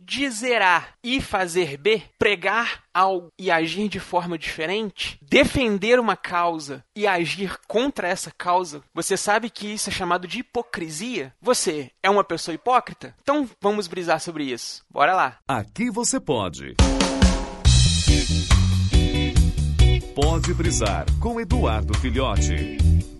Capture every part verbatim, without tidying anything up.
dizer A e fazer B, pregar algo e agir de forma diferente, defender uma causa e agir contra essa causa, você sabe que isso é chamado de hipocrisia? Você é uma pessoa hipócrita? Então vamos brisar sobre isso. Bora lá. Aqui você pode. Pode brisar com Eduardo Filhote.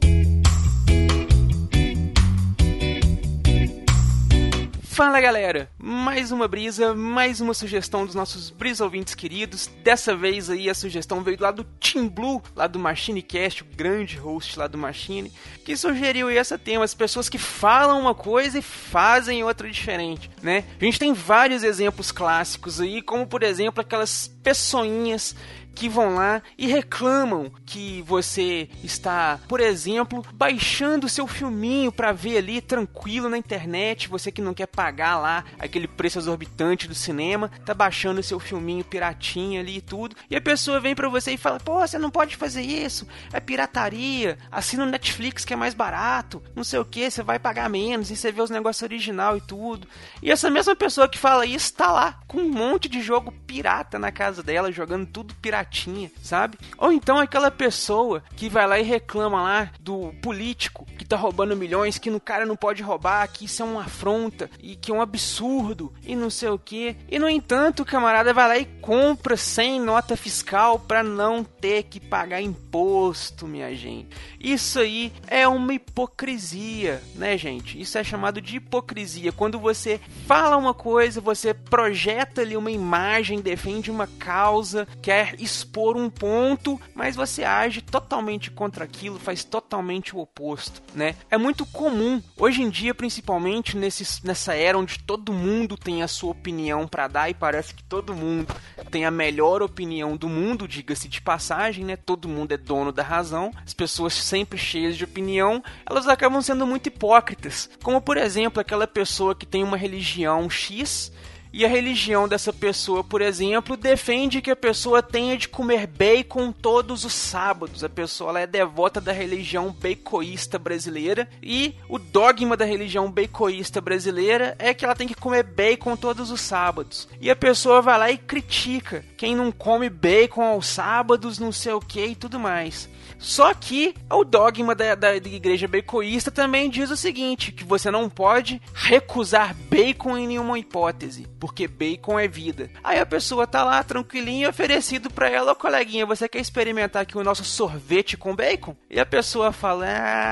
Fala galera, mais uma brisa, mais uma sugestão dos nossos brisa ouvintes queridos. Dessa vez aí a sugestão veio lá do Team Blue, lá do MachineCast, o grande host lá do Machine, que sugeriu esse tema, as pessoas que falam uma coisa e fazem outra diferente, né? A gente tem vários exemplos clássicos aí, como por exemplo aquelas pessoinhas que vão lá e reclamam que você está, por exemplo, baixando seu filminho para ver ali tranquilo na internet, você que não quer pagar lá aquele preço exorbitante do cinema, tá baixando seu filminho piratinha ali e tudo, e a pessoa vem pra você e fala, pô, você não pode fazer isso, é pirataria, assina o Netflix que é mais barato, não sei o que, você vai pagar menos, e você vê os negócios original e tudo, e essa mesma pessoa que fala isso tá lá com um monte de jogo pirata na casa dela, jogando tudo pirata, sabe? Ou então aquela pessoa que vai lá e reclama lá do político que tá roubando milhões, que no cara não pode roubar, que isso é uma afronta e que é um absurdo e não sei o que. E no entanto, o camarada vai lá e compra sem nota fiscal pra não ter que pagar imposto, minha gente. Isso aí é uma hipocrisia, né, gente? Isso é chamado de hipocrisia. Quando você fala uma coisa, você projeta ali uma imagem, defende uma causa, quer expor um ponto, mas você age totalmente contra aquilo, faz totalmente o oposto, né? É muito comum, hoje em dia, principalmente nesse, nessa era onde todo mundo tem a sua opinião para dar e parece que todo mundo tem a melhor opinião do mundo, diga-se de passagem, né? Todo mundo é dono da razão, as pessoas sempre cheias de opinião, elas acabam sendo muito hipócritas, como por exemplo, aquela pessoa que tem uma religião X e a religião dessa pessoa, por exemplo, defende que a pessoa tenha de comer bacon todos os sábados. A pessoa ela é devota da religião bacoísta brasileira e o dogma da religião bacoísta brasileira é que ela tem que comer bacon todos os sábados. E a pessoa vai lá e critica quem não come bacon aos sábados, não sei o que e tudo mais. Só que o dogma da, da, da igreja bacoísta também diz o seguinte, que você não pode recusar bacon em nenhuma hipótese, porque bacon é vida. Aí a pessoa tá lá tranquilinha, oferecido pra ela, ô coleguinha, você quer experimentar aqui o nosso sorvete com bacon? E a pessoa fala,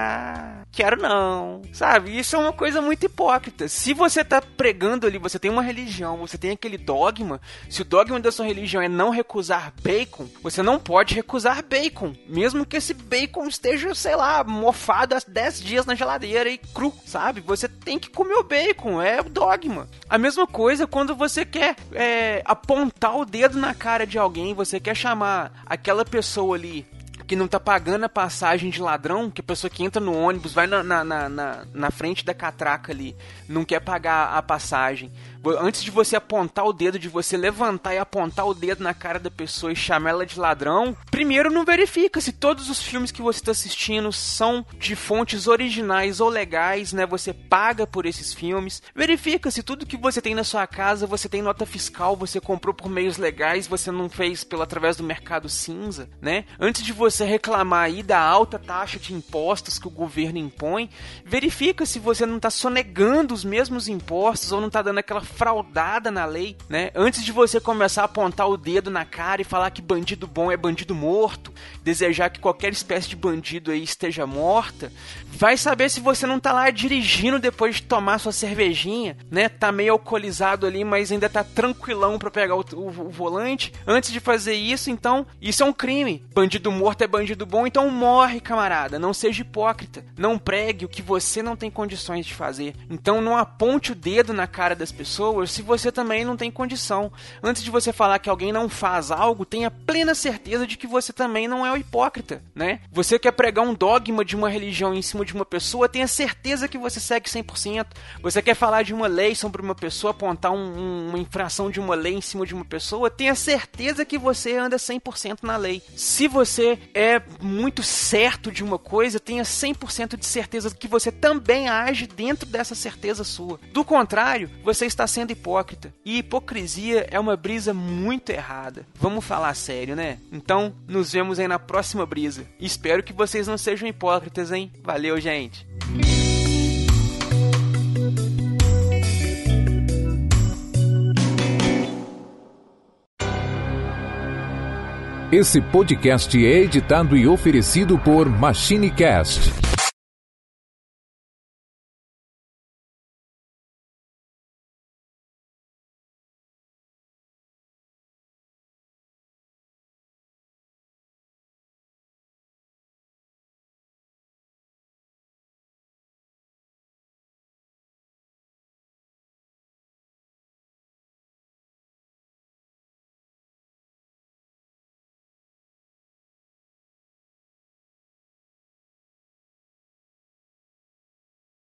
ah, quero não, sabe? Isso é uma coisa muito hipócrita. Se você tá pregando ali, você tem uma religião, você tem aquele dogma, se o dogma da sua religião é não recusar bacon, você não pode recusar bacon, mesmo que esse bacon esteja, sei lá, mofado há dez dias na geladeira e cru, sabe? Você tem que comer o bacon, é o dogma. A mesma coisa quando você quer é, apontar o dedo na cara de alguém, você quer chamar aquela pessoa ali que não tá pagando a passagem de ladrão, que a pessoa que entra no ônibus, vai na, na, na, na, na frente da catraca ali, não quer pagar a passagem. Antes de você apontar o dedo, de você levantar e apontar o dedo na cara da pessoa e chamar ela de ladrão, primeiro não verifica se todos os filmes que você está assistindo são de fontes originais ou legais, né? Você paga por esses filmes. Verifica se tudo que você tem na sua casa, você tem nota fiscal, você comprou por meios legais, você não fez pelo através do mercado cinza, né? Antes de você reclamar aí da alta taxa de impostos que o governo impõe, verifica se você não está sonegando os mesmos impostos ou não está dando aquela fraudada na lei, né? Antes de você começar a apontar o dedo na cara e falar que bandido bom é bandido morto, desejar que qualquer espécie de bandido aí esteja morta, vai saber se você não tá lá dirigindo depois de tomar sua cervejinha, né? Tá meio alcoolizado ali, mas ainda tá tranquilão pra pegar o, o, o volante. Antes de fazer isso, então, isso é um crime. Bandido morto é bandido bom, então morre, camarada. Não seja hipócrita. Não pregue o que você não tem condições de fazer. Então não aponte o dedo na cara das pessoas se você também não tem condição. Antes de você falar que alguém não faz algo, tenha plena certeza de que você também não é o hipócrita, né? Você quer pregar um dogma de uma religião em cima de uma pessoa, tenha certeza que você segue cem por cento. Você quer falar de uma lei sobre uma pessoa, apontar um, um, uma infração de uma lei em cima de uma pessoa, tenha certeza que você anda cem por cento na lei. Se você é muito certo de uma coisa, tenha cem por cento de certeza que você também age dentro dessa certeza sua. Do contrário, você está sendo hipócrita. E hipocrisia é uma brisa muito errada. Vamos falar sério, né? Então, nos vemos aí na próxima brisa. Espero que vocês não sejam hipócritas, hein? Valeu, gente! Esse podcast é editado e oferecido por MachineCast.